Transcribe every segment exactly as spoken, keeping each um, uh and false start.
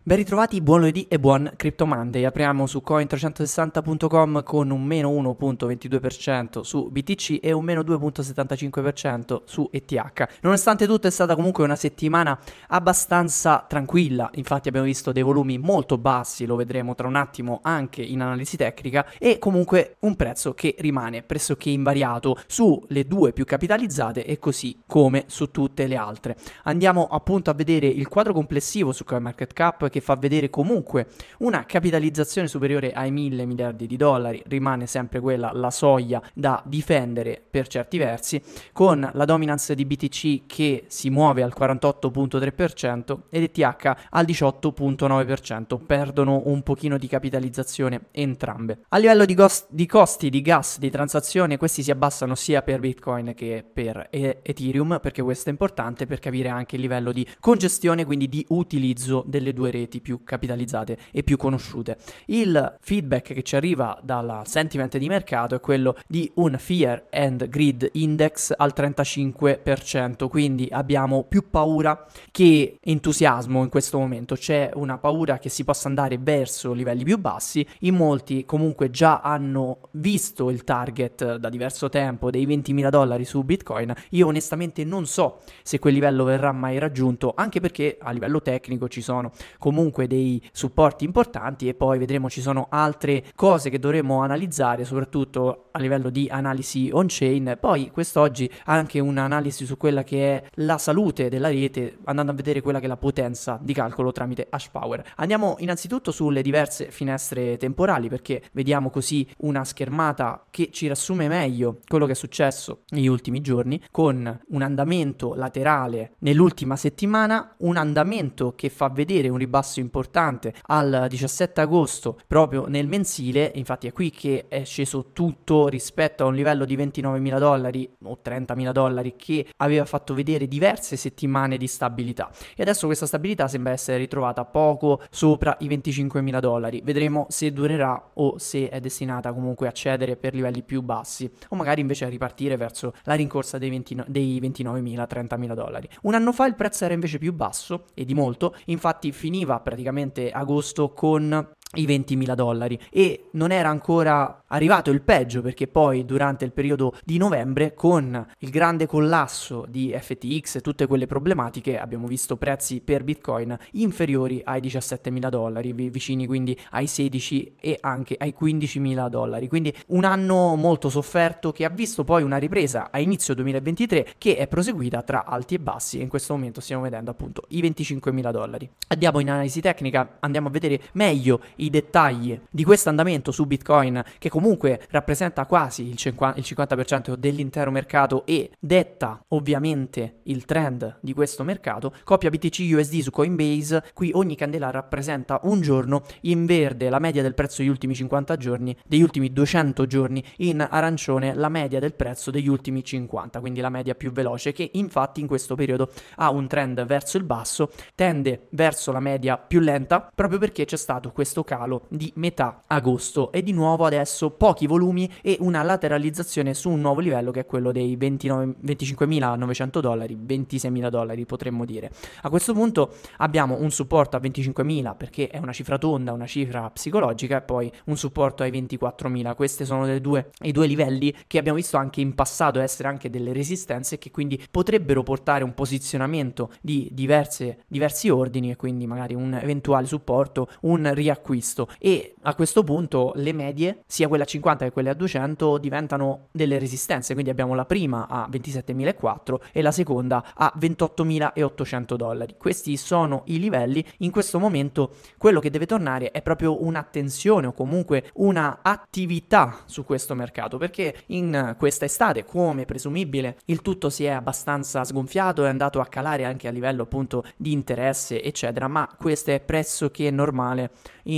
Ben ritrovati, buon lunedì e buon Crypto Monday. Apriamo su coin trecentosessanta punto com con un meno uno virgola ventidue per cento su B T C e un meno due virgola settantacinque per cento su E T H. Nonostante tutto è stata comunque una settimana abbastanza tranquilla, infatti abbiamo visto dei volumi molto bassi, lo vedremo tra un attimo anche in analisi tecnica, e comunque un prezzo che rimane pressoché invariato sulle due più capitalizzate e così come su tutte le altre. Andiamo appunto a vedere il quadro complessivo su CoinMarketCap, che fa vedere comunque una capitalizzazione superiore ai mille miliardi di dollari, rimane sempre quella la soglia da difendere per certi versi, con la dominance di B T C che si muove al quarantotto virgola tre per cento ed E T H al diciotto virgola nove per cento, perdono un pochino di capitalizzazione entrambe. A livello di, cost- di costi di gas di transazione, questi si abbassano sia per Bitcoin che per e- Ethereum, perché questo è importante per capire anche il livello di congestione, quindi di utilizzo delle due reti più capitalizzate e più conosciute. Il feedback che ci arriva dalla sentiment di mercato è quello di un Fear and Greed Index al trentacinque per cento, quindi abbiamo più paura che entusiasmo in questo momento. C'è una paura che si possa andare verso livelli più bassi. In molti comunque già hanno visto il target da diverso tempo dei ventimila dollari su Bitcoin. Io onestamente non so se quel livello verrà mai raggiunto, anche perché a livello tecnico ci sono comunque dei supporti importanti e poi vedremo ci sono altre cose che dovremo analizzare, soprattutto a livello di analisi on-chain. Poi quest'oggi anche un'analisi su quella che è la salute della rete, andando a vedere quella che è la potenza di calcolo tramite hash power. Andiamo innanzitutto sulle diverse finestre temporali, perché vediamo così una schermata che ci riassume meglio quello che è successo negli ultimi giorni, con un andamento laterale nell'ultima settimana, un andamento che fa vedere un ribasso importante al diciassette agosto proprio nel mensile. Infatti è qui che è sceso tutto rispetto a un livello di ventinovemila dollari o trentamila dollari che aveva fatto vedere diverse settimane di stabilità, e adesso questa stabilità sembra essere ritrovata poco sopra i venticinquemila dollari. Vedremo se durerà o se è destinata comunque a cedere per livelli più bassi, o magari invece a ripartire verso la rincorsa dei, venti, dei ventinovemila trentamila dollari. Un anno fa il prezzo era invece più basso, e di molto, infatti finiva praticamente agosto con i ventimila dollari e non era ancora arrivato il peggio, perché poi durante il periodo di novembre, con il grande collasso di F T X e tutte quelle problematiche, abbiamo visto prezzi per Bitcoin inferiori ai diciassettemila dollari, vicini quindi ai sedici e anche ai quindicimila dollari. Quindi un anno molto sofferto che ha visto poi una ripresa a inizio duemilaventitré che è proseguita tra alti e bassi, e in questo momento stiamo vedendo appunto i venticinquemila dollari. Andiamo in analisi tecnica, andiamo a vedere meglio i dettagli di questo andamento su Bitcoin, che comunque rappresenta quasi il cinquanta per cento dell'intero mercato e detta ovviamente il trend di questo mercato. Coppia B T C U S D su Coinbase, qui ogni candela rappresenta un giorno, in verde la media del prezzo degli ultimi cinquanta giorni, degli ultimi duecento giorni, in arancione la media del prezzo degli ultimi cinquanta, quindi la media più veloce, che infatti in questo periodo ha un trend verso il basso, tende verso la media più lenta proprio perché c'è stato questo calo di metà agosto, e di nuovo adesso pochi volumi e una lateralizzazione su un nuovo livello che è quello dei ventinove, venticinquemilanovecento dollari, ventiseimila dollari potremmo dire. A questo punto abbiamo un supporto a venticinquemila, perché è una cifra tonda, una cifra psicologica, e poi un supporto ai ventiquattromila. Questi sono le due, i due livelli che abbiamo visto anche in passato essere anche delle resistenze, che quindi potrebbero portare un posizionamento di diverse, diversi ordini, e quindi magari un eventuale supporto, un riacquisto. E a questo punto le medie, sia quelle a cinquanta che quelle a duecento, diventano delle resistenze, quindi abbiamo la prima a ventisettemilaquattrocento e la seconda a ventottomilaottocento dollari. Questi sono i livelli. In questo momento quello che deve tornare è proprio un'attenzione, o comunque una attività su questo mercato, perché in questa estate, come presumibile, il tutto si è abbastanza sgonfiato, è andato a calare anche a livello appunto di interesse eccetera, ma questo è pressoché normale in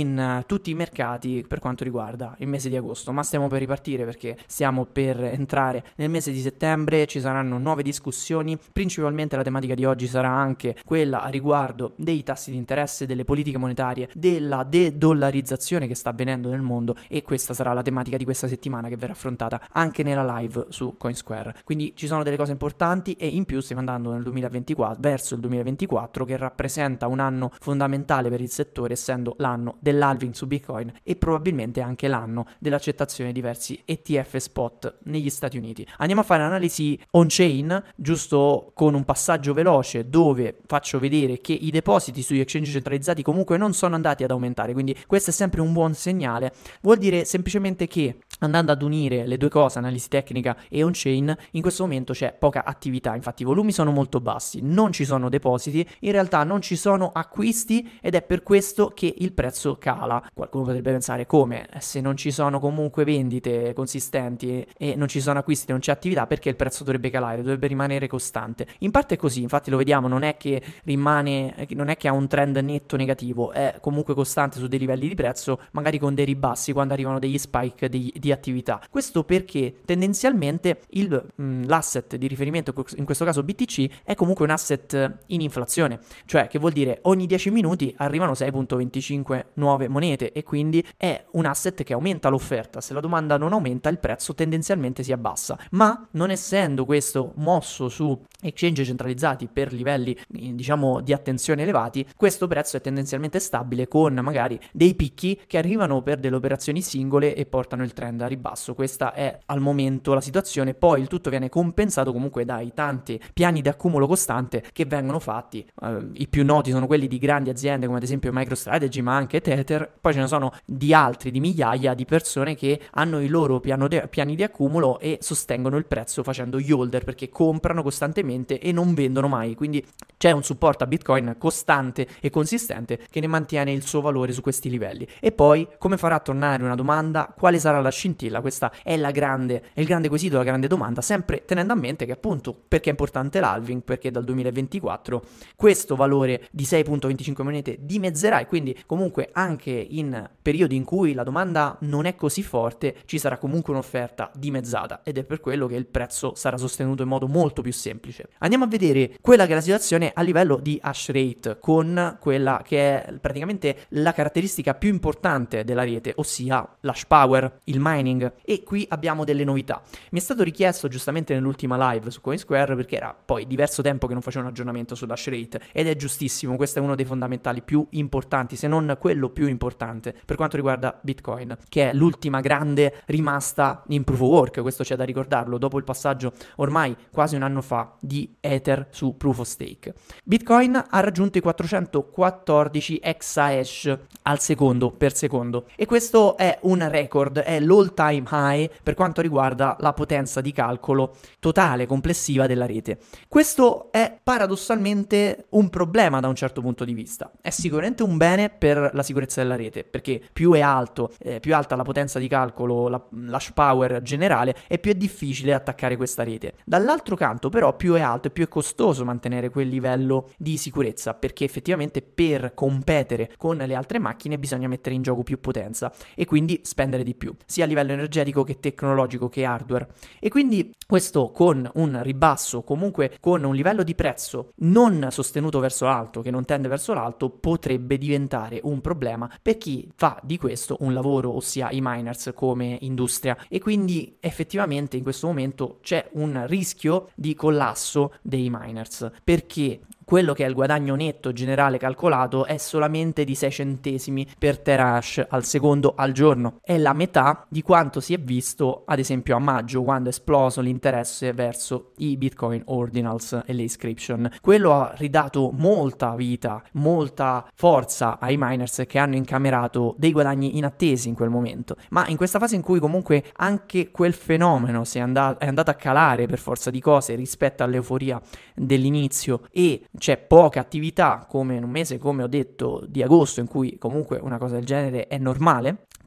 in uh, tutti i mercati per quanto riguarda il mese di agosto, ma stiamo per ripartire perché stiamo per entrare nel mese di settembre, ci saranno nuove discussioni, principalmente la tematica di oggi sarà anche quella a riguardo dei tassi di interesse, delle politiche monetarie, della de-dollarizzazione che sta avvenendo nel mondo, e questa sarà la tematica di questa settimana che verrà affrontata anche nella live su Coinsquare. Quindi ci sono delle cose importanti e in più stiamo andando nel duemilaventiquattro, verso il duemilaventiquattro, che rappresenta un anno fondamentale per il settore, essendo l'anno dell'halving su Bitcoin e probabilmente anche l'anno dell'accettazione di diversi E T F spot negli Stati Uniti. Andiamo a fare un'analisi on-chain, giusto con un passaggio veloce dove faccio vedere che i depositi sugli exchange centralizzati comunque non sono andati ad aumentare, quindi questo è sempre un buon segnale. Vuol dire semplicemente che, andando ad unire le due cose, analisi tecnica e on-chain, in questo momento c'è poca attività, infatti i volumi sono molto bassi, non ci sono depositi, in realtà non ci sono acquisti ed è per questo che il prezzo cala. Qualcuno potrebbe pensare come? Se non ci sono comunque vendite consistenti e non ci sono acquisti, non c'è attività, perché il prezzo dovrebbe calare, dovrebbe rimanere costante. In parte è così, infatti lo vediamo, non è che rimane, non è che ha un trend netto negativo, è comunque costante su dei livelli di prezzo, magari con dei ribassi quando arrivano degli spike di, di attività. Questo perché tendenzialmente il, mh, l'asset di riferimento, in questo caso B T C, è comunque un asset in inflazione, cioè che vuol dire ogni dieci minuti arrivano sei virgola venticinque nuove monete, e quindi è un asset che aumenta l'offerta. Se la domanda non aumenta, il prezzo tendenzialmente si abbassa, ma non essendo questo mosso su exchange centralizzati per livelli, diciamo, di attenzione elevati, questo prezzo è tendenzialmente stabile, con magari dei picchi che arrivano per delle operazioni singole e portano il trend a ribasso. Questa è al momento la situazione, poi il tutto viene compensato comunque dai tanti piani di accumulo costante che vengono fatti. Uh, i più noti sono quelli di grandi aziende come ad esempio MicroStrategy, ma anche Tether. Poi ce ne sono di altri, di migliaia di persone che hanno i loro piano de- piani di accumulo e sostengono il prezzo facendo gli holder, perché comprano costantemente e non vendono mai, quindi c'è un supporto a Bitcoin costante e consistente che ne mantiene il suo valore su questi livelli. E poi come farà a tornare una domanda? Quale sarà la scintilla? Questa è la grande, è il grande quesito, la grande domanda, sempre tenendo a mente che appunto perché è importante l'halving, perché dal duemilaventiquattro questo valore di sei virgola venticinque monete dimezzerà, e quindi comunque anche in periodi in cui la domanda non è così forte ci sarà comunque un'offerta dimezzata, ed è per quello che il prezzo sarà sostenuto in modo molto più semplice. Andiamo a vedere quella che è la situazione a livello di hash rate, con quella che è praticamente la caratteristica più importante della rete, ossia l'hash power, il mining, e qui abbiamo delle novità. Mi è stato richiesto giustamente nell'ultima live su Coinsquare, perché era poi diverso tempo che non facevo un aggiornamento sull'hash rate, ed è giustissimo, questo è uno dei fondamentali più importanti, se non quello più importante per quanto riguarda Bitcoin, che è l'ultima grande rimasta in proof of work. Questo c'è da ricordarlo dopo il passaggio ormai quasi un anno fa di Ether su proof of stake. Bitcoin ha raggiunto i quattrocentoquattordici exahash al secondo per secondo, e questo è un record, è l'all time high per quanto riguarda la potenza di calcolo totale complessiva della rete. Questo è paradossalmente un problema da un certo punto di vista, è sicuramente un bene per la sicurezza della rete, perché più è alto, eh, più è alta la potenza di calcolo, la, l'hash power generale, e più è difficile attaccare questa rete. Dall'altro canto però più è alto e più è costoso mantenere quel livello di sicurezza, perché effettivamente per competere con le altre macchine bisogna mettere in gioco più potenza e quindi spendere di più, sia a livello energetico che tecnologico che hardware. E quindi questo, con un ribasso, comunque con un livello di prezzo non sostenuto verso l'alto, che non tende verso l'alto, potrebbe diventare un problema per chi fa di questo un lavoro, ossia i miners come industria. E quindi effettivamente in questo momento c'è un rischio di collasso dei miners, perché quello che è il guadagno netto generale calcolato è solamente di sei centesimi per terahash al secondo al giorno. È la metà di quanto si è visto ad esempio a maggio, quando è esploso l'interesse verso i Bitcoin Ordinals e le inscription. Quello ha ridato molta vita, molta forza ai miners, che hanno incamerato dei guadagni inattesi in quel momento. Ma in questa fase in cui comunque anche quel fenomeno si è andato, è andato a calare per forza di cose rispetto all'euforia dell'inizio, e c'è poca attività come in un mese, come ho detto, di agosto, in cui comunque una cosa del genere è normale,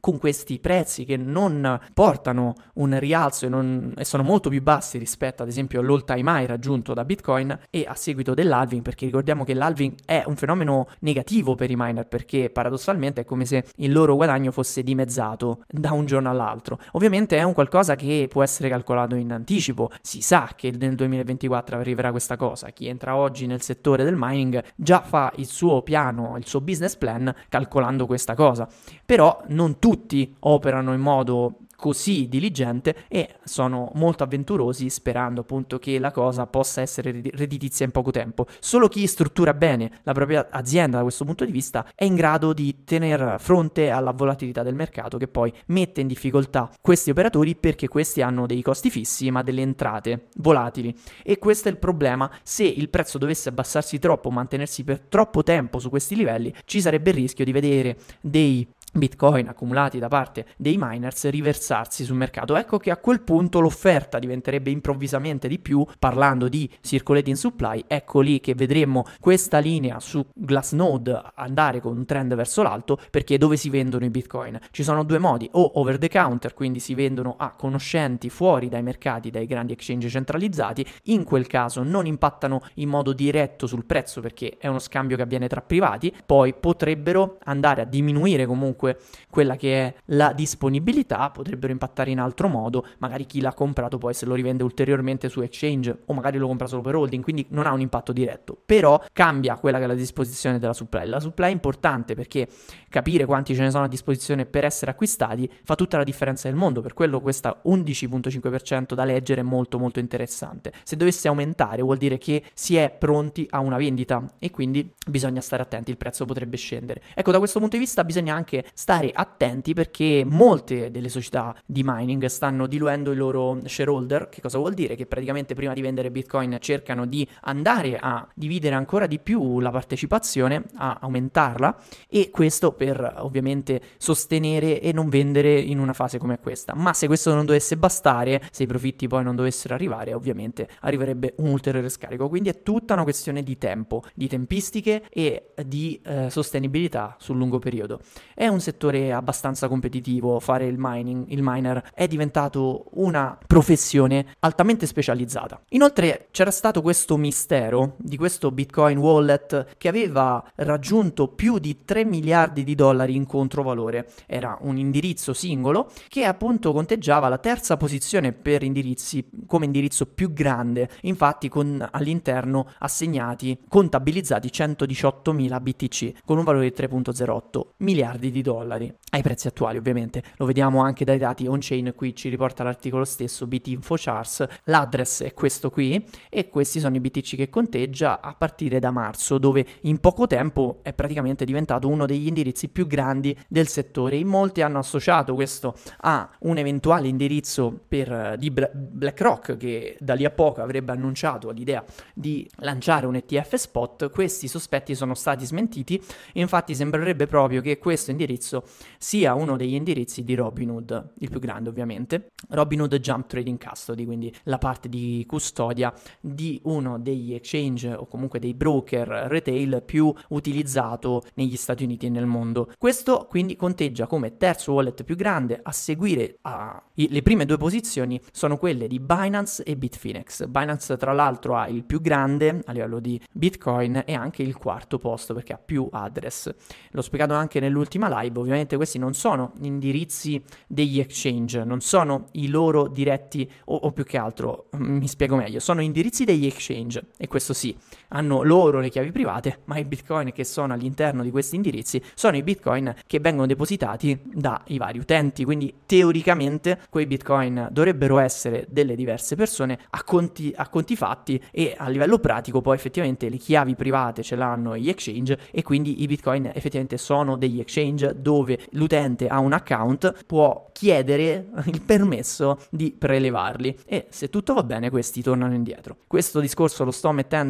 con questi prezzi che non portano un rialzo e, non, e sono molto più bassi rispetto ad esempio all'all time high raggiunto da Bitcoin e a seguito dell'halving, perché ricordiamo che l'halving è un fenomeno negativo per i miner, perché paradossalmente è come se il loro guadagno fosse dimezzato da un giorno all'altro. Ovviamente è un qualcosa che può essere calcolato in anticipo, si sa che nel duemilaventiquattro arriverà questa cosa, chi entra oggi nel settore del mining già fa il suo piano, il suo business plan calcolando questa cosa, però non tutti operano in modo così diligente e sono molto avventurosi sperando appunto che la cosa possa essere redditizia in poco tempo. Solo chi struttura bene la propria azienda da questo punto di vista è in grado di tener fronte alla volatilità del mercato, che poi mette in difficoltà questi operatori perché questi hanno dei costi fissi ma delle entrate volatili, e questo è il problema. Se il prezzo dovesse abbassarsi troppo, mantenersi per troppo tempo su questi livelli, ci sarebbe il rischio di vedere dei Bitcoin accumulati da parte dei miners riversarsi sul mercato. Ecco che a quel punto l'offerta diventerebbe improvvisamente di più, parlando di circulating supply. Ecco lì che vedremmo questa linea su Glassnode andare con un trend verso l'alto, perché dove si vendono i Bitcoin? Ci sono due modi: o over the counter, quindi si vendono a conoscenti fuori dai mercati, dai grandi exchange centralizzati, in quel caso non impattano in modo diretto sul prezzo perché è uno scambio che avviene tra privati, poi potrebbero andare a diminuire comunque quella che è la disponibilità, potrebbero impattare in altro modo, magari chi l'ha comprato poi se lo rivende ulteriormente su exchange o magari lo compra solo per holding, quindi non ha un impatto diretto, però cambia quella che è la disposizione della supply. La supply è importante perché capire quanti ce ne sono a disposizione per essere acquistati fa tutta la differenza del mondo, per quello questa undici virgola cinque per cento da leggere è molto molto interessante. Se dovesse aumentare vuol dire che si è pronti a una vendita e quindi bisogna stare attenti, il prezzo potrebbe scendere. Ecco, da questo punto di vista bisogna anche stare attenti perché molte delle società di mining stanno diluendo i loro shareholder. Che cosa vuol dire? Che praticamente prima di vendere Bitcoin cercano di andare a dividere ancora di più la partecipazione, a aumentarla, e questo per ovviamente sostenere e non vendere in una fase come questa. Ma se questo non dovesse bastare, se i profitti poi non dovessero arrivare, ovviamente arriverebbe un ulteriore scarico. Quindi è tutta una questione di tempo, di tempistiche e di eh, sostenibilità sul lungo periodo. È un settore abbastanza competitivo, fare il mining, il miner è diventato una professione altamente specializzata. Inoltre c'era stato questo mistero di questo Bitcoin wallet che aveva raggiunto più di tre miliardi di dollari in controvalore. Era un indirizzo singolo che appunto conteggiava la terza posizione per indirizzi come indirizzo più grande, infatti con all'interno assegnati, contabilizzati centodiciottomila B T C con un valore di tre virgola zero otto miliardi di dollari ai prezzi attuali. Ovviamente lo vediamo anche dai dati on-chain, qui ci riporta l'articolo stesso B T Info Charts, l'address è questo qui e questi sono i B T C che conteggia a partire da marzo, dove in poco tempo è praticamente diventato uno degli indirizzi più grandi del settore. In molti hanno associato questo a un eventuale indirizzo per, di BlackRock, che da lì a poco avrebbe annunciato l'idea di lanciare un E T F spot. Questi sospetti sono stati smentiti, infatti sembrerebbe proprio che questo indirizzo sia uno degli indirizzi di Robinhood, il più grande ovviamente, Robinhood Jump Trading Custody, quindi la parte di custodia di uno degli exchange o comunque dei broker retail più utilizzato negli Stati Uniti e nel mondo. Questo quindi conteggia come terzo wallet più grande. A seguire a... le prime due posizioni sono quelle di Binance e Bitfinex. Binance tra l'altro ha il più grande a livello di Bitcoin e anche il quarto posto perché ha più address. L'ho spiegato anche nell'ultima live, ovviamente questi non sono indirizzi degli exchange, non sono i loro diretti o, o più che altro, mi spiego meglio, sono indirizzi degli exchange e questo sì, hanno loro le chiavi private, ma i bitcoin che sono all'interno di questi indirizzi sono i bitcoin che vengono depositati dai vari utenti, quindi teoricamente quei bitcoin dovrebbero essere delle diverse persone a conti, a conti fatti, e a livello pratico poi effettivamente le chiavi private ce l'hanno gli exchange e quindi i bitcoin effettivamente sono degli exchange dove l'utente ha un account, può chiedere il permesso di prelevarli e se tutto va bene questi tornano indietro. Questo discorso lo sto mettendo in modo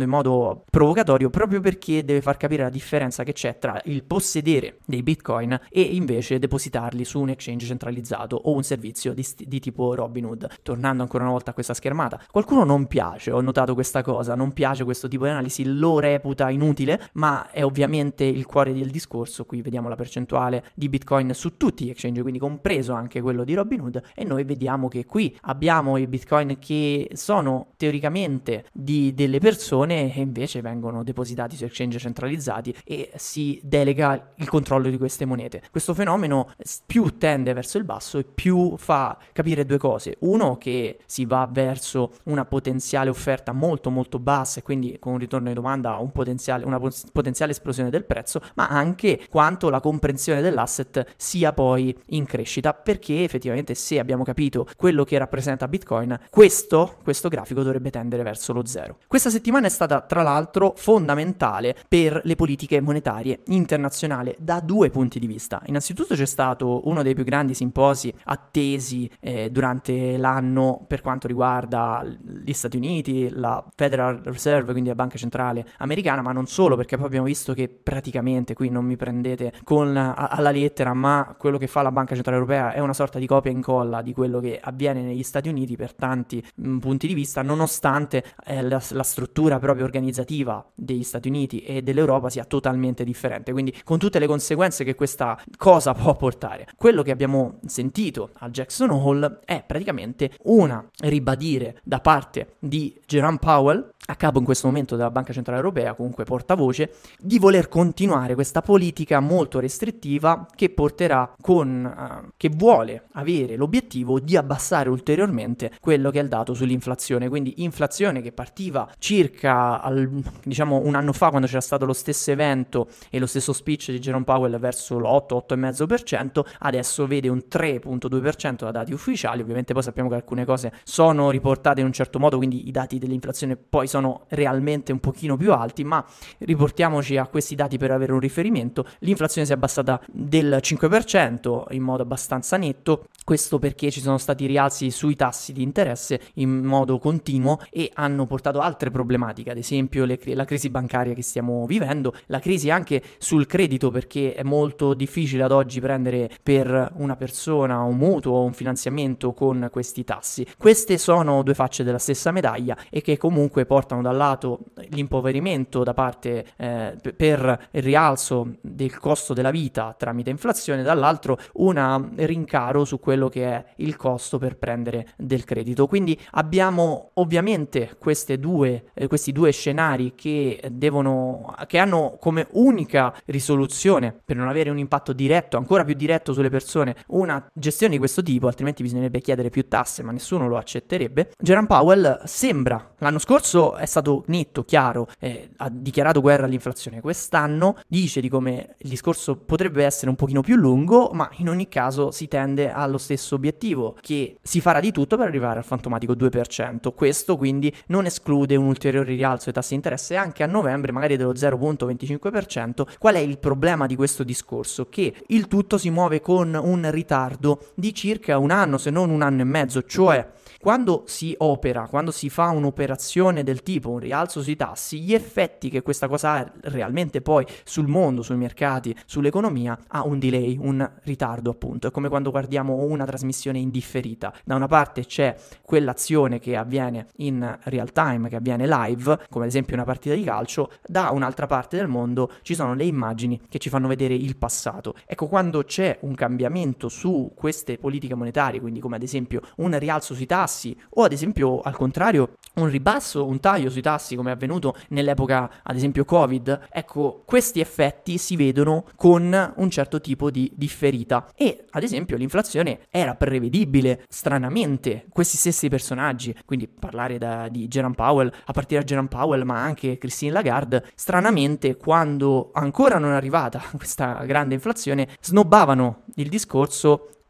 po' provocatorio, proprio perché deve far capire la differenza che c'è tra il possedere dei bitcoin e invece depositarli su un exchange centralizzato o un servizio di, st- di tipo Robinhood. Tornando ancora una volta a questa schermata, qualcuno non piace, ho notato questa cosa, non piace questo tipo di analisi, lo reputa inutile, ma è ovviamente il cuore del discorso. Qui vediamo la percentuale di bitcoin su tutti gli exchange, quindi compreso anche quello di Robinhood, e noi vediamo che qui abbiamo i bitcoin che sono teoricamente di delle persone e invece vengono depositati su exchange centralizzati e si delega il controllo di queste monete. Questo fenomeno più tende verso il basso e più fa capire due cose: uno, che si va verso una potenziale offerta molto molto bassa e quindi con un ritorno di domanda un potenziale, una potenziale esplosione del prezzo, ma anche quanto la comprensione dell'asset sia poi in crescita, perché effettivamente, se abbiamo capito quello che rappresenta Bitcoin, questo, questo grafico dovrebbe tendere verso lo zero. Questa settimana è stata tra l'altro fondamentale per le politiche monetarie internazionali da due punti di vista. Innanzitutto c'è stato uno dei più grandi simposi attesi eh, durante l'anno per quanto riguarda gli Stati Uniti, la Federal Reserve, quindi la banca centrale americana, ma non solo, perché poi abbiamo visto che praticamente, qui non mi prendete con a, alla lettera, ma quello che fa la banca centrale europea è una sorta di copia e incolla di quello che avviene negli Stati Uniti per tanti mh, punti di vista, nonostante eh, la, la struttura proprio organizzativa degli Stati Uniti e dell'Europa sia totalmente differente, quindi con tutte le conseguenze che questa cosa può portare. Quello che abbiamo sentito al Jackson Hole è praticamente una ribadire da parte di Jerome Powell, a capo in questo momento della Banca Centrale Europea, comunque portavoce, di voler continuare questa politica molto restrittiva che porterà con uh, che vuole avere l'obiettivo di abbassare ulteriormente quello che è il dato sull'inflazione. Quindi inflazione che partiva circa al, diciamo un anno fa, quando c'era stato lo stesso evento e lo stesso speech di Jerome Powell, verso l'otto otto virgola cinque per cento, adesso vede un tre virgola due per cento da dati ufficiali. Ovviamente poi sappiamo che alcune cose sono riportate in un certo modo, quindi i dati dell'inflazione poi sono realmente un pochino più alti, ma riportiamoci a questi dati per avere un riferimento. L'inflazione si è abbassata del cinque per cento in modo abbastanza netto, questo perché ci sono stati rialzi sui tassi di interesse in modo continuo e hanno portato altre problematiche, ad esempio le, la crisi bancaria che stiamo vivendo, la crisi anche sul credito, perché è molto difficile ad oggi prendere per una persona un mutuo o un finanziamento con questi tassi. Queste sono due facce della stessa medaglia e che comunque portano dal lato l'impoverimento da parte eh, per il rialzo del costo della vita tramite inflazione, dall'altro un rincaro su quello che è il costo per prendere del credito. Quindi abbiamo ovviamente queste due, eh, questi due scenari che devono, che hanno come unica risoluzione, per non avere un impatto diretto, ancora più diretto sulle persone, una gestione di questo tipo, altrimenti bisognerebbe chiedere più tasse, ma nessuno lo accetterebbe. Jerome Powell sembra, l'anno scorso è stato netto, chiaro, eh, ha dichiarato guerra all'inflazione. Quest'anno dice di come il discorso potrebbe essere un pochino più lungo, ma in ogni caso si tende allo stesso obiettivo, che si farà di tutto per arrivare al fantomatico due per cento. Questo quindi non esclude un ulteriore rialzo dei tassi di interesse anche a novembre, magari dello zero virgola venticinque per cento. Qual è il problema di questo discorso? Che il tutto si muove con un ritardo di circa un anno, se non un anno e mezzo, cioè quando si opera, quando si fa un'operazione del tipo un rialzo sui tassi, gli effetti che questa cosa ha realmente poi sul mondo, sui mercati, sull'economia, ha un delay, un ritardo appunto. È come quando guardiamo una trasmissione indifferita. Da una parte c'è quell'azione che avviene in real time, che avviene live, come ad esempio una partita di calcio, da un'altra parte del mondo ci sono le immagini che ci fanno vedere il passato. Ecco, quando c'è un cambiamento su queste politiche monetarie, quindi come ad esempio un rialzo sui tassi, o ad esempio al contrario un ribasso, un taglio sui tassi, come è avvenuto nell'epoca ad esempio Covid, ecco, questi effetti si vedono con un certo tipo di differita. E ad esempio l'inflazione era prevedibile, stranamente. Questi stessi personaggi, quindi parlare da, di Jerome Powell, a partire da Jerome Powell, ma anche Christine Lagarde, stranamente, quando ancora non è arrivata questa grande inflazione, snobbavano il discorso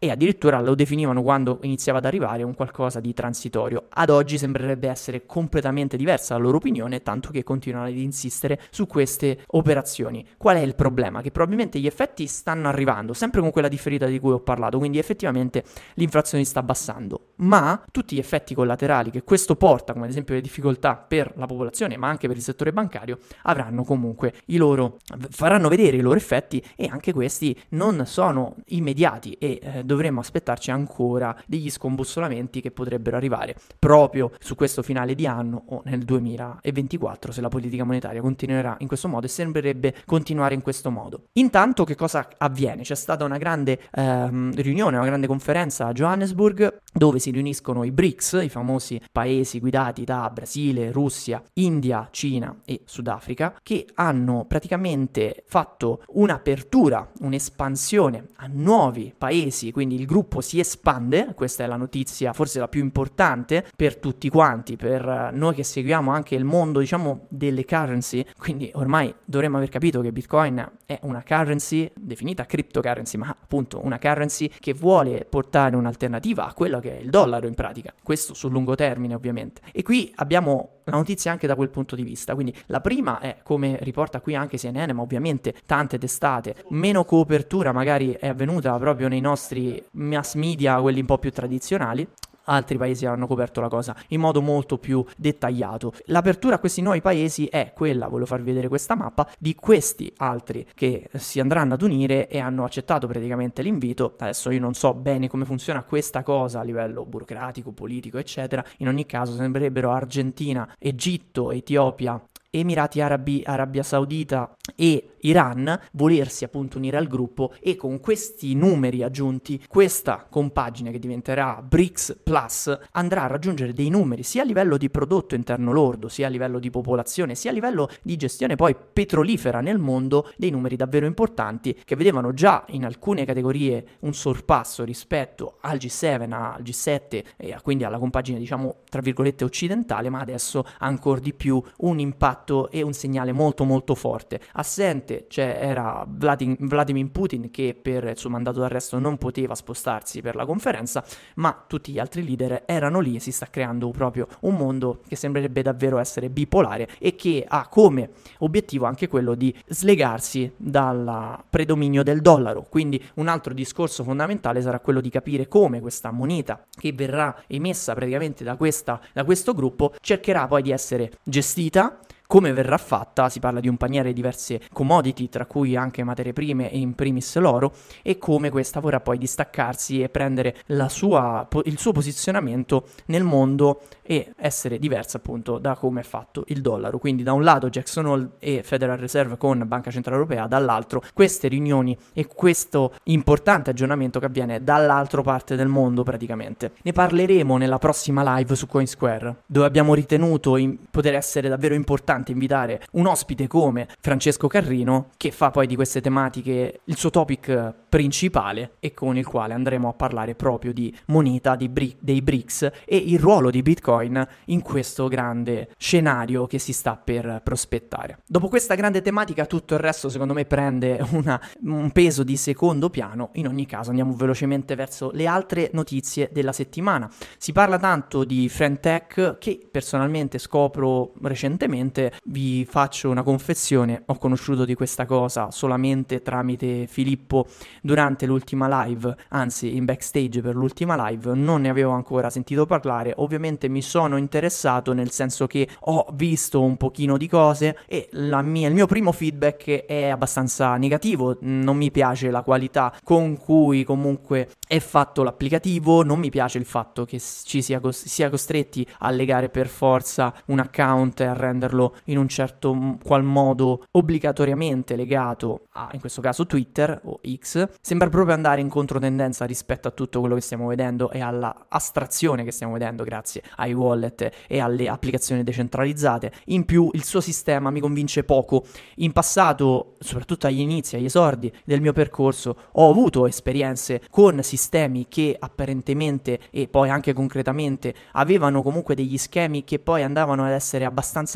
e addirittura lo definivano, quando iniziava ad arrivare, un qualcosa di transitorio. Ad oggi sembrerebbe essere completamente diversa la loro opinione, tanto che continuano ad insistere su queste operazioni. Qual è il problema? Che probabilmente gli effetti stanno arrivando, sempre con quella differita di cui ho parlato, quindi effettivamente l'inflazione sta abbassando, ma tutti gli effetti collaterali che questo porta, come ad esempio le difficoltà per la popolazione, ma anche per il settore bancario, avranno comunque i loro, faranno vedere i loro effetti, e anche questi non sono immediati e eh, dovremmo aspettarci ancora degli scombussolamenti che potrebbero arrivare proprio su questo finale di anno o nel duemilaventiquattro, se la politica monetaria continuerà in questo modo, e sembrerebbe continuare in questo modo. Intanto che cosa avviene? C'è stata una grande ehm, riunione, una grande conferenza a Johannesburg, dove si riuniscono i B R I C S, i famosi paesi guidati da Brasile, Russia, India, Cina e Sudafrica, che hanno praticamente fatto un'apertura, un'espansione a nuovi paesi, quindi il gruppo si espande. Questa è la notizia forse la più importante per tutti quanti, per noi che seguiamo anche il mondo, diciamo, delle currency, quindi ormai dovremmo aver capito che Bitcoin è una currency definita cryptocurrency, ma appunto una currency che vuole portare un'alternativa a quello che è il dollaro in pratica, questo sul lungo termine ovviamente. E qui abbiamo la notizia anche da quel punto di vista. Quindi la prima è, come riporta qui anche C N N, ma ovviamente tante testate, meno copertura magari è avvenuta proprio nei nostri mass media, quelli un po' più tradizionali. Altri paesi hanno coperto la cosa in modo molto più dettagliato. L'apertura a questi nuovi paesi è quella, voglio farvi vedere questa mappa, di questi altri che si andranno ad unire e hanno accettato praticamente l'invito. Adesso io non so bene come funziona questa cosa a livello burocratico, politico, eccetera. In ogni caso sembrerebbero Argentina, Egitto, Etiopia, Emirati Arabi, Arabia Saudita e Iran volersi appunto unire al gruppo, e con questi numeri aggiunti questa compagine, che diventerà B R I C S Plus, andrà a raggiungere dei numeri sia a livello di prodotto interno lordo, sia a livello di popolazione, sia a livello di gestione poi petrolifera nel mondo, dei numeri davvero importanti che vedevano già in alcune categorie un sorpasso rispetto al G sette, al G sette e quindi alla compagine, diciamo, tra virgolette occidentale, ma adesso ancora di più un impatto e un segnale molto molto forte. Assente cioè era Vladimir, Vladimir Putin, che per il suo mandato d'arresto non poteva spostarsi per la conferenza, ma tutti gli altri leader erano lì, e si sta creando proprio un mondo che sembrerebbe davvero essere bipolare e che ha come obiettivo anche quello di slegarsi dal predominio del dollaro. Quindi un altro discorso fondamentale sarà quello di capire come questa moneta, che verrà emessa praticamente da, questa, da questo gruppo, cercherà poi di essere gestita, come verrà fatta. Si parla di un paniere di diverse commodity, tra cui anche materie prime e in primis l'oro, e come questa vorrà poi distaccarsi e prendere la sua, il suo posizionamento nel mondo e essere diversa appunto da come è fatto il dollaro. Quindi da un lato Jackson Hole e Federal Reserve con Banca Centrale Europea, dall'altro queste riunioni e questo importante aggiornamento che avviene dall'altra parte del mondo praticamente. Ne parleremo nella prossima live su Coinsquare, dove abbiamo ritenuto in poter essere davvero importante invitare un ospite come Francesco Carrino, che fa poi di queste tematiche il suo topic principale e con il quale andremo a parlare proprio di moneta, di bri- dei B R I C S e il ruolo di Bitcoin in questo grande scenario che si sta per prospettare. Dopo questa grande tematica tutto il resto secondo me prende una, un peso di secondo piano. In ogni caso andiamo velocemente verso le altre notizie della settimana. Si parla tanto di Friendtech, che personalmente scopro recentemente. Vi faccio una confessione: ho conosciuto di questa cosa solamente tramite Filippo durante l'ultima live, anzi in backstage per l'ultima live, non ne avevo ancora sentito parlare. Ovviamente mi sono interessato, nel senso che ho visto un pochino di cose e la mia, il mio primo feedback è abbastanza negativo. Non mi piace la qualità con cui comunque è fatto l'applicativo, non mi piace il fatto che ci sia, cos- sia costretti a legare per forza un account e a renderlo in un certo qual modo obbligatoriamente legato a, in questo caso, Twitter o X. Sembra proprio andare in controtendenza rispetto a tutto quello che stiamo vedendo e alla astrazione che stiamo vedendo grazie ai wallet e alle applicazioni decentralizzate. In più il suo sistema mi convince poco. In passato, soprattutto agli inizi, agli esordi del mio percorso, ho avuto esperienze con sistemi che apparentemente e poi anche concretamente avevano comunque degli schemi che poi andavano ad essere abbastanza piramidali,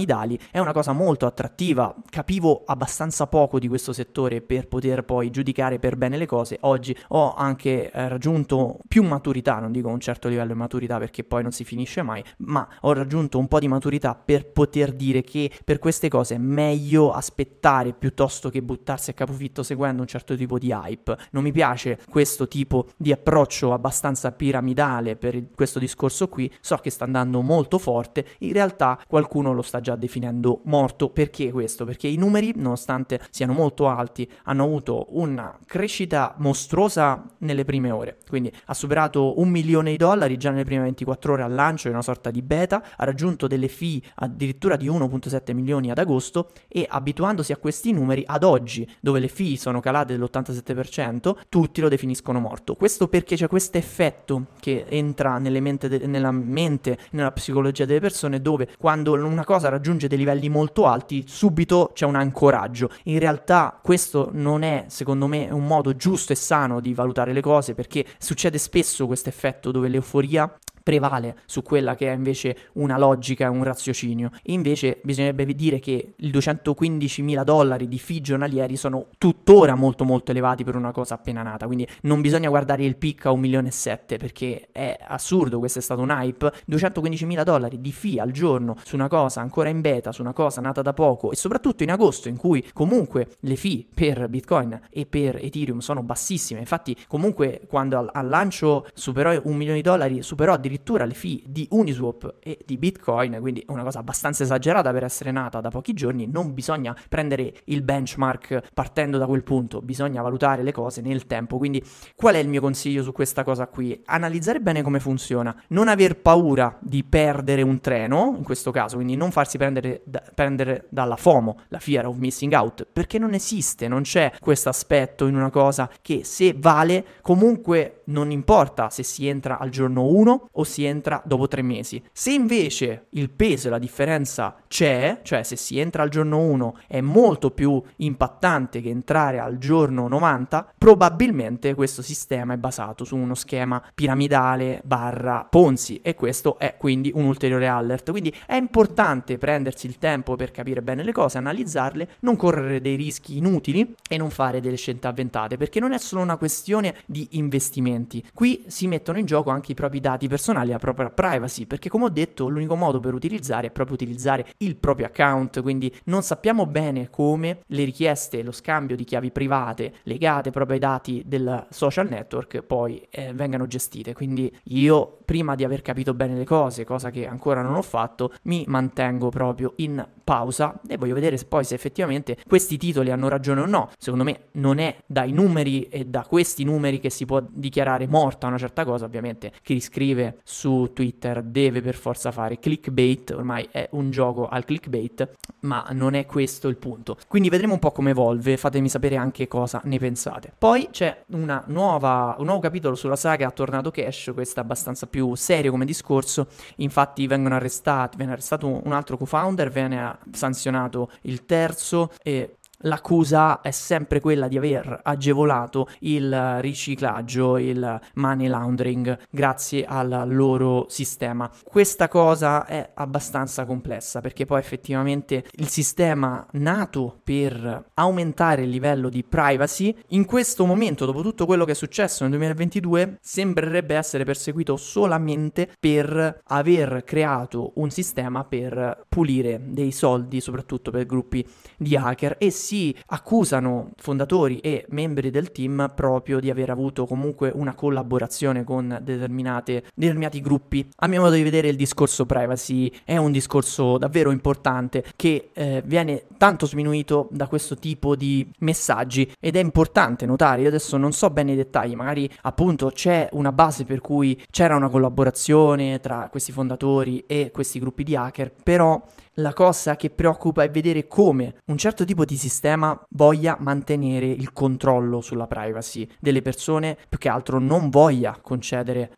piramidali è una cosa molto attrattiva. Capivo abbastanza poco di questo settore per poter poi giudicare per bene le cose. Oggi ho anche eh, raggiunto più maturità, non dico un certo livello di maturità perché poi non si finisce mai, ma ho raggiunto un po' di maturità per poter dire che per queste cose è meglio aspettare piuttosto che buttarsi a capofitto seguendo un certo tipo di hype. Non mi piace questo tipo di approccio abbastanza piramidale per il, questo discorso qui. So che sta andando molto forte, in realtà qualcuno lo sta già definendo morto. Perché questo? Perché i numeri, nonostante siano molto alti, hanno avuto una crescita mostruosa nelle prime ore, quindi ha superato un milione di dollari già nelle prime ventiquattro ore al lancio, in una sorta di beta, ha raggiunto delle fee addirittura di uno virgola sette milioni ad agosto, e abituandosi a questi numeri ad oggi, dove le fee sono calate dell'ottantasette per cento, tutti lo definiscono morto. Questo perché c'è questo effetto che entra nelle mente de- nella mente, nella psicologia delle persone, dove quando una cosa raggiunge dei livelli molto alti subito c'è un ancoraggio. In realtà questo non è, secondo me, un modo giusto e sano di valutare le cose, perché succede spesso questo effetto dove l'euforia prevale su quella che è invece una logica, un raziocinio. E invece bisognerebbe dire che i duecentoquindicimila dollari di fee giornalieri sono tuttora molto molto elevati per una cosa appena nata, quindi non bisogna guardare il pic a un milione e sette, perché è assurdo. Questo è stato un hype. duecentoquindicimila dollari di fee al giorno su una cosa ancora in beta, su una cosa nata da poco, e soprattutto in agosto, in cui comunque le fee per Bitcoin e per Ethereum sono bassissime. Infatti comunque quando al, al lancio superò un milione di dollari, superò addirittura le fee di Uniswap e di Bitcoin, quindi una cosa abbastanza esagerata per essere nata da pochi giorni. Non bisogna prendere il benchmark partendo da quel punto, bisogna valutare le cose nel tempo. Quindi qual è il mio consiglio su questa cosa qui? Analizzare bene come funziona, non aver paura di perdere un treno, in questo caso, quindi non farsi prendere, da, prendere dalla FOMO, la fear of missing out, perché non esiste, non c'è questo aspetto in una cosa che, se vale, comunque non importa se si entra al giorno uno o si entra dopo tre mesi. Se invece il peso e la differenza c'è, cioè se si entra al giorno uno è molto più impattante che entrare al giorno novanta, probabilmente questo sistema è basato su uno schema piramidale barra Ponzi, e questo è quindi un ulteriore alert. Quindi è importante prendersi il tempo per capire bene le cose, analizzarle, non correre dei rischi inutili e non fare delle scelte avventate, perché non è solo una questione di investimenti. Qui si mettono in gioco anche i propri dati personali, la propria privacy, perché come ho detto l'unico modo per utilizzare è proprio utilizzare il proprio account. Quindi non sappiamo bene come le richieste, lo scambio di chiavi private legate proprio ai dati del social network poi eh, vengano gestite. Quindi io, prima di aver capito bene le cose, cosa che ancora non ho fatto, mi mantengo proprio in pausa e voglio vedere poi se effettivamente questi titoli hanno ragione o no. Secondo me non è dai numeri e da questi numeri che si può dichiarare morta una certa cosa. Ovviamente chi scrive su Twitter deve per forza fare clickbait, ormai è un gioco al clickbait, ma non è questo il punto. Quindi vedremo un po' come evolve, fatemi sapere anche cosa ne pensate. Poi c'è una nuova, un nuovo capitolo sulla saga Tornado Cash, questo è abbastanza più serio come discorso. Infatti vengono arrestati, viene arrestato un altro co-founder, viene sanzionato il terzo, e l'accusa è sempre quella di aver agevolato il riciclaggio, il money laundering grazie al loro sistema. Questa cosa è abbastanza complessa, perché poi effettivamente il sistema nato per aumentare il livello di privacy in questo momento, dopo tutto quello che è successo nel duemilaventidue, sembrerebbe essere perseguito solamente per aver creato un sistema per pulire dei soldi, soprattutto per gruppi di hacker, e si accusano fondatori e membri del team proprio di aver avuto comunque una collaborazione con determinate, determinati gruppi. A mio modo di vedere il discorso privacy è un discorso davvero importante che eh, viene tanto sminuito da questo tipo di messaggi, ed è importante notare, io adesso non so bene i dettagli, magari appunto c'è una base per cui c'era una collaborazione tra questi fondatori e questi gruppi di hacker, però la cosa che preoccupa è vedere come un certo tipo di sistema voglia mantenere il controllo sulla privacy delle persone, più che altro non voglia concedere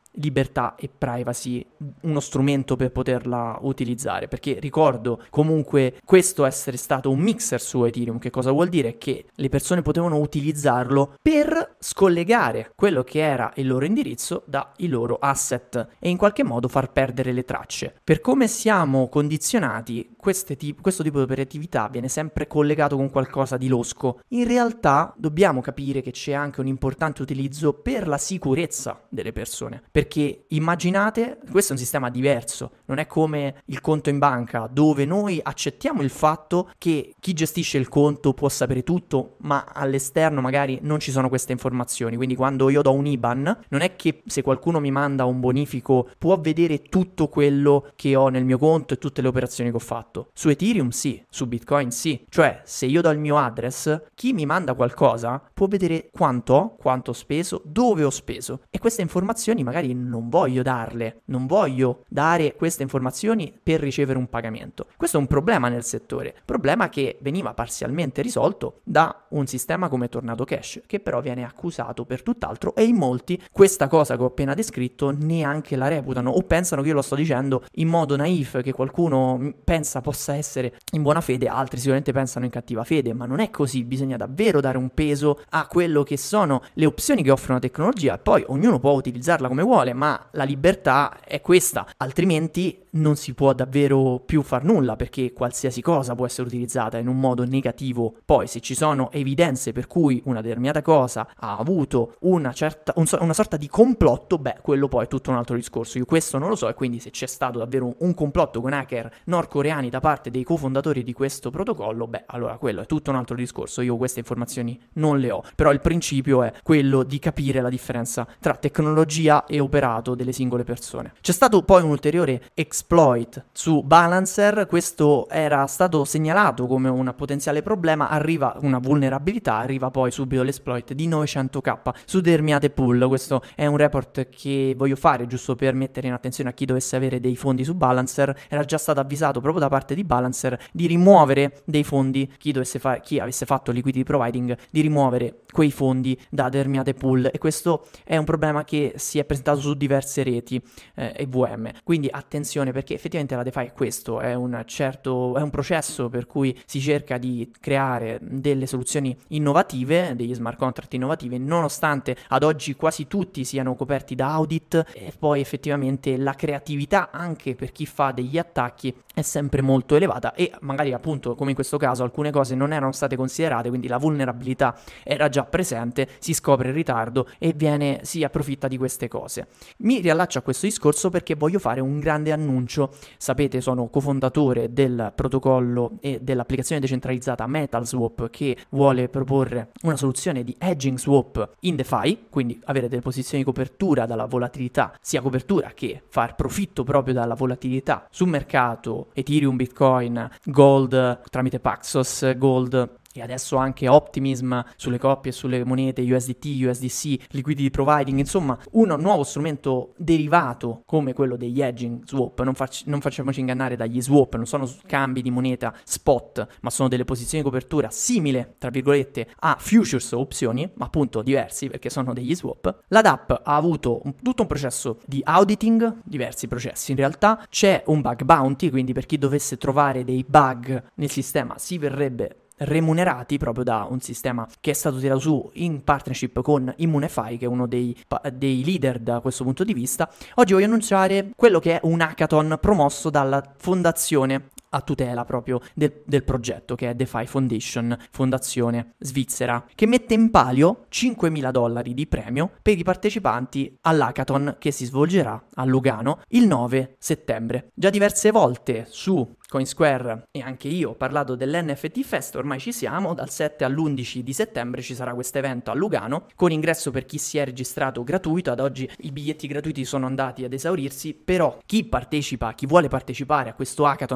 libertà e privacy uno strumento per poterla utilizzare, perché ricordo comunque questo essere stato un mixer su Ethereum. Che cosa vuol dire? Che le persone potevano utilizzarlo per scollegare quello che era il loro indirizzo dai loro asset e in qualche modo far perdere le tracce. Per come siamo condizionati, queste tip- questo tipo di operatività viene sempre collegato con qualcosa di losco. In realtà dobbiamo capire che c'è anche un importante utilizzo per la sicurezza delle persone, perché immaginate, questo è un sistema diverso, non è come il conto in banca dove noi accettiamo il fatto che chi gestisce il conto può sapere tutto, ma all'esterno magari non ci sono queste informazioni. Quindi quando io do un I B A N, non è che se qualcuno mi manda un bonifico può vedere tutto quello che ho nel mio conto e tutte le operazioni che ho fatto. Su Ethereum sì, su Bitcoin sì, cioè se io do il mio address, chi mi manda qualcosa può vedere quanto ho, quanto ho speso, dove ho speso, e queste informazioni magari non voglio darle, non voglio dare queste informazioni per ricevere un pagamento. Questo è un problema nel settore, problema che veniva parzialmente risolto da un sistema come Tornado Cash, che però viene accusato per tutt'altro, e in molti questa cosa che ho appena descritto neanche la reputano o pensano che io lo sto dicendo in modo naif, che qualcuno pensa possa essere in buona fede, altri sicuramente pensano in cattiva fede, ma non è così. Bisogna davvero dare un peso a quello che sono le opzioni che offre una tecnologia, poi ognuno può utilizzarla come vuole, ma la libertà è questa, altrimenti non si può davvero più far nulla, perché qualsiasi cosa può essere utilizzata in un modo negativo. Poi se ci sono evidenze per cui una determinata cosa ha avuto una certa un so- una sorta di complotto, beh, quello poi è tutto un altro discorso. Io questo non lo so, e quindi se c'è stato davvero un complotto con hacker nordcoreani da parte dei cofondatori di questo protocollo, beh, allora quello è tutto un altro discorso. Io queste informazioni non le ho, però il principio è quello di capire la differenza tra tecnologia e operato delle singole persone. C'è stato poi un ulteriore exploit su Balancer, questo era stato segnalato come un potenziale problema, arriva una vulnerabilità, arriva poi subito l'esploit di novecento k su determinate pool. Questo è un report che voglio fare giusto per mettere in attenzione a chi dovesse avere dei fondi su Balancer. Era già stato avvisato proprio da parte di Balancer di rimuovere dei fondi, chi dovesse fare, chi avesse fatto liquidity providing, di rimuovere quei fondi da determinate pool, e questo è un problema che si è presentato su diverse reti eh, E V M. Quindi attenzione, perché effettivamente la DeFi è questo, è un certo è un processo per cui si cerca di creare delle soluzioni innovative, degli smart contract innovativi, nonostante ad oggi quasi tutti siano coperti da audit, e poi effettivamente la creatività anche per chi fa degli attacchi è sempre molto elevata, e magari appunto come in questo caso alcune cose non erano state considerate, quindi la vulnerabilità era già presente, si scopre in ritardo e viene si approfitta di queste cose. Mi riallaccio a questo discorso perché voglio fare un grande annuncio. Sapete, sono cofondatore del protocollo e dell'applicazione decentralizzata MetalSwap, che vuole proporre una soluzione di hedging swap in DeFi, quindi avere delle posizioni di copertura dalla volatilità, sia copertura che far profitto proprio dalla volatilità sul mercato Ethereum, Bitcoin, Gold tramite Paxos Gold, e adesso anche Optimism sulle coppie e sulle monete U S D T, U S D C, liquidity providing, insomma un nuovo strumento derivato come quello degli hedging swap. Non, fac- non facciamoci ingannare dagli swap, non sono cambi di moneta spot, ma sono delle posizioni di copertura simile, tra virgolette, a futures o opzioni, ma appunto diversi perché sono degli swap. La D A P ha avuto un, tutto un processo di auditing, diversi processi in realtà, c'è un bug bounty, quindi per chi dovesse trovare dei bug nel sistema si verrebbe remunerati proprio da un sistema che è stato tirato su in partnership con Immunify, che è uno dei, dei leader da questo punto di vista. Oggi voglio annunciare quello che è un hackathon promosso dalla fondazione a tutela proprio del, del progetto, che è DeFi Foundation, fondazione svizzera, che mette in palio cinquemila dollari di premio per i partecipanti all'hackathon che si svolgerà a Lugano il nove settembre. Già diverse volte su Coinsquare e anche io ho parlato dell'N F T Fest, ormai ci siamo, dal sette all'undici di settembre ci sarà questo evento a Lugano, con ingresso per chi si è registrato gratuito. Ad oggi i biglietti gratuiti sono andati ad esaurirsi, però chi partecipa, chi vuole partecipare a questo hackathon, quindi qui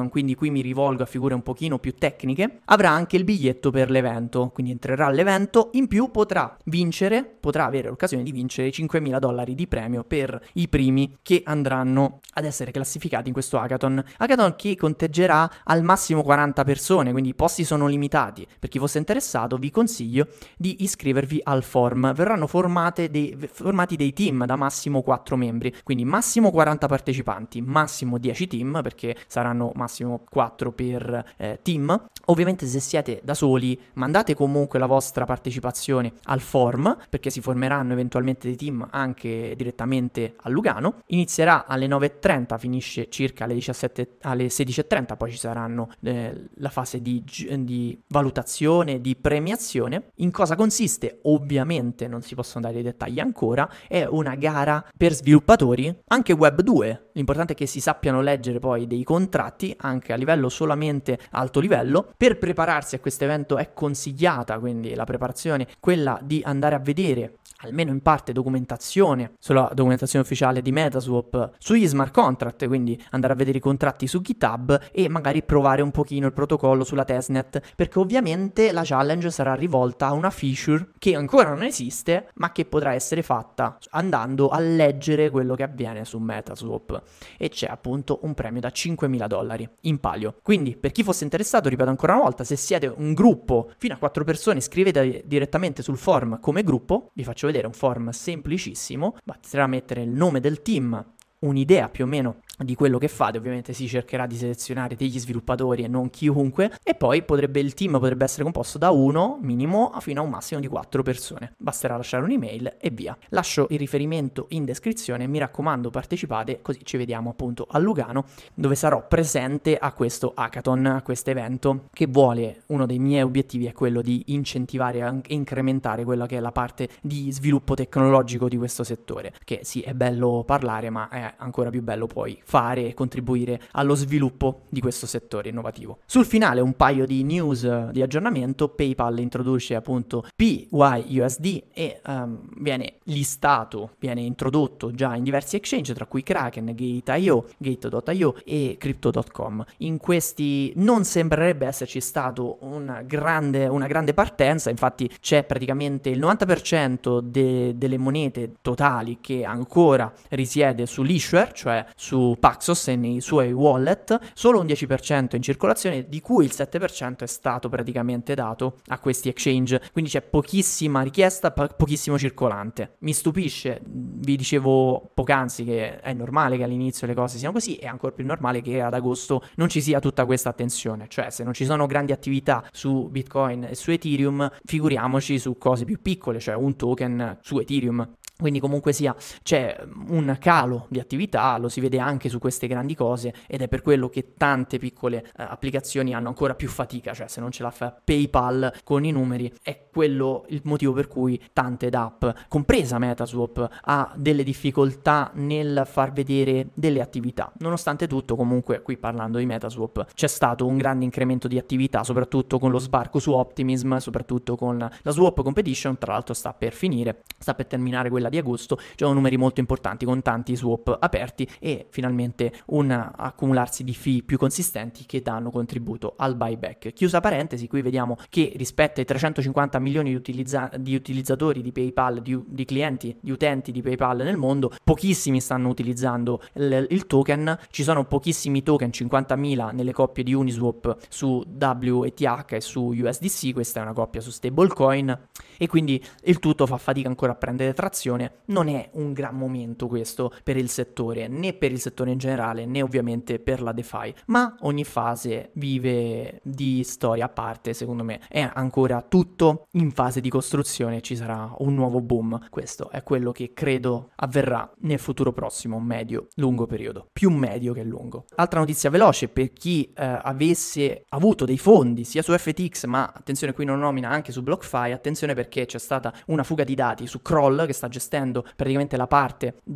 qui mi rivolgo a figure un pochino più tecniche, avrà anche il biglietto per l'evento, quindi entrerà all'evento, in più potrà vincere, potrà avere l'occasione di vincere cinquemila dollari di premio per i primi che andranno ad essere classificati in questo hackathon. Hackathon che conteggerà al massimo quaranta persone, quindi i posti sono limitati. Per chi fosse interessato vi consiglio di iscrivervi al forum. Verranno formate dei, formati dei team da massimo quattro membri, quindi massimo quaranta partecipanti, massimo dieci team, perché saranno massimo quattro per eh, team. Ovviamente se siete da soli mandate comunque la vostra partecipazione al forum, perché si formeranno eventualmente dei team anche direttamente a Lugano. Inizierà alle nove e trenta, finisce circa alle diciassette, alle sedici e trenta, poi ci saranno eh, la fase di, di valutazione, di premiazione. In cosa consiste? Ovviamente non si possono dare i dettagli ancora, è una gara per sviluppatori, anche web due, l'importante è che si sappiano leggere poi dei contratti, anche a livello solamente alto livello. Per prepararsi a questo evento è consigliata, quindi la preparazione, quella di andare a vedere almeno in parte documentazione sulla documentazione ufficiale di Metaswap sugli smart contract, quindi andare a vedere i contratti su GitHub e magari provare un pochino il protocollo sulla testnet, perché ovviamente la challenge sarà rivolta a una feature che ancora non esiste ma che potrà essere fatta andando a leggere quello che avviene su Metaswap, e c'è appunto un premio da cinquemila dollari in palio. Quindi per chi fosse interessato, ripeto ancora una volta, se siete un gruppo fino a quattro persone, iscrivetevi direttamente sul forum come gruppo. Vi faccio vedere un form semplicissimo, basterà mettere il nome del team, un'idea più o meno di quello che fate, ovviamente si cercherà di selezionare degli sviluppatori e non chiunque, e poi potrebbe il team potrebbe essere composto da uno minimo fino a un massimo di quattro persone. Basterà lasciare un'email e via. Lascio il riferimento in descrizione, mi raccomando partecipate, così ci vediamo appunto a Lugano, dove sarò presente a questo hackathon, a questo evento che vuole, uno dei miei obiettivi è quello di incentivare e incrementare quella che è la parte di sviluppo tecnologico di questo settore, che sì, è bello parlare ma è ancora più bello poi fare e contribuire allo sviluppo di questo settore innovativo. Sul finale un paio di news di aggiornamento. PayPal introduce appunto P Y U S D e um, viene listato, viene introdotto già in diversi exchange, tra cui Kraken, Gate punto io, Gate punto io e Crypto punto com. In questi non sembrerebbe esserci stato una grande, una grande partenza, infatti c'è praticamente il novanta per cento de- delle monete totali che ancora risiede sull'issuer, cioè su Paxos e nei suoi wallet, solo un dieci per cento in circolazione, di cui il sette per cento è stato praticamente dato a questi exchange, quindi c'è pochissima richiesta, po- pochissimo circolante. Mi stupisce, vi dicevo poc'anzi che è normale che all'inizio le cose siano così, è ancora più normale che ad agosto non ci sia tutta questa attenzione, cioè se non ci sono grandi attività su Bitcoin e su Ethereum, figuriamoci su cose più piccole, cioè un token su Ethereum. Quindi comunque sia c'è un calo di attività, lo si vede anche su queste grandi cose, ed è per quello che tante piccole eh, applicazioni hanno ancora più fatica, cioè se non ce la fa PayPal con i numeri è quello il motivo per cui tante app, compresa Metaswap, ha delle difficoltà nel far vedere delle attività. Nonostante tutto, comunque qui parlando di Metaswap c'è stato un grande incremento di attività, soprattutto con lo sbarco su Optimism, soprattutto con la Swap Competition, tra l'altro sta per finire, sta per terminare quella di agosto, ci sono numeri molto importanti con tanti swap aperti e finalmente un accumularsi di fee più consistenti che danno contributo al buyback. Chiusa parentesi, qui vediamo che rispetto ai trecentocinquanta milioni di, utilizza- di utilizzatori di PayPal, di, di clienti, di utenti di PayPal nel mondo, pochissimi stanno utilizzando il, il token, ci sono pochissimi token, cinquantamila nelle coppie di Uniswap su W E T H e su U S D C, questa è una coppia su stablecoin, e quindi il tutto fa fatica ancora a prendere trazione. Non è un gran momento questo per il settore, né per il settore in generale, né ovviamente per la DeFi, ma ogni fase vive di storia a parte. Secondo me è ancora tutto in fase di costruzione, ci sarà un nuovo boom. Questo è quello che credo avverrà nel futuro prossimo, medio, lungo periodo, più medio che lungo. Altra notizia veloce per chi eh, avesse avuto dei fondi sia su F T X, ma attenzione qui non nomina, anche su BlockFi, attenzione perché c'è stata una fuga di dati su Kroll che sta gestendo praticamente la parte di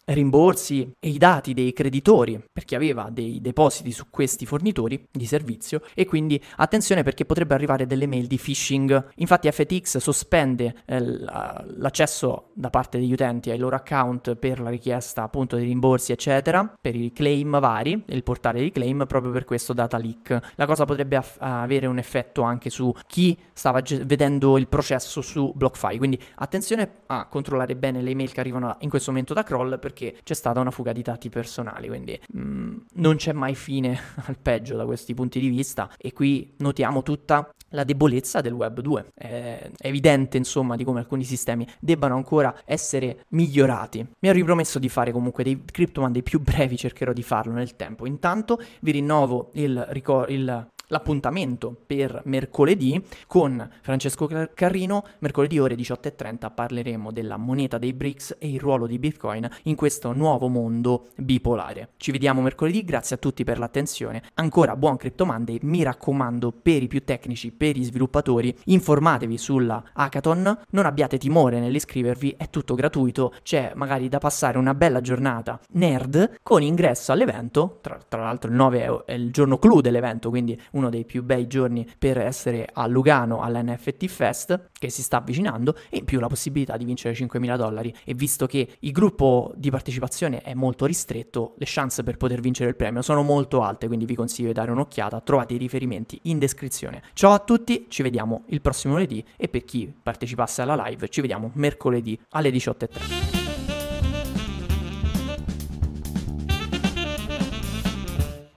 rimborsi e i dati dei creditori per chi aveva dei depositi su questi fornitori di servizio, e quindi attenzione perché potrebbe arrivare delle mail di phishing. Infatti F T X sospende eh, l'accesso da parte degli utenti ai loro account per la richiesta appunto di rimborsi eccetera, per i claim vari, il portale di claim, proprio per questo data leak. La cosa potrebbe aff- avere un effetto anche su chi stava ge- vedendo il processo su BlockFi, quindi attenzione a controllare bene le email che arrivano in questo momento da Kroll, perché c'è stata una fuga di dati personali, quindi mh, non c'è mai fine al peggio da questi punti di vista, e qui notiamo tutta la debolezza del web due. È evidente insomma di come alcuni sistemi debbano ancora essere migliorati. Mi ero ripromesso di fare comunque dei Crypto Monday più brevi, cercherò di farlo nel tempo. Intanto vi rinnovo il, ricor- il l'appuntamento per mercoledì con Francesco Carrino. Mercoledì ore diciotto e trenta parleremo della moneta dei B R I C S e il ruolo di Bitcoin in questo nuovo mondo bipolare. Ci vediamo mercoledì, grazie a tutti per l'attenzione. Ancora buon Crypto Monday, mi raccomando, per i più tecnici, per gli sviluppatori, informatevi sulla hackathon, non abbiate timore nell'iscrivervi, è tutto gratuito, c'è magari da passare una bella giornata nerd con ingresso all'evento, tra, tra l'altro il nove è il giorno clou dell'evento, quindi uno dei più bei giorni per essere a Lugano all'N F T Fest che si sta avvicinando, e in più la possibilità di vincere cinquemila dollari. E visto che il gruppo di partecipazione è molto ristretto, le chance per poter vincere il premio sono molto alte, quindi vi consiglio di dare un'occhiata, trovate i riferimenti in descrizione. Ciao a tutti, ci vediamo il prossimo lunedì, e per chi partecipasse alla live ci vediamo mercoledì alle diciotto e trenta.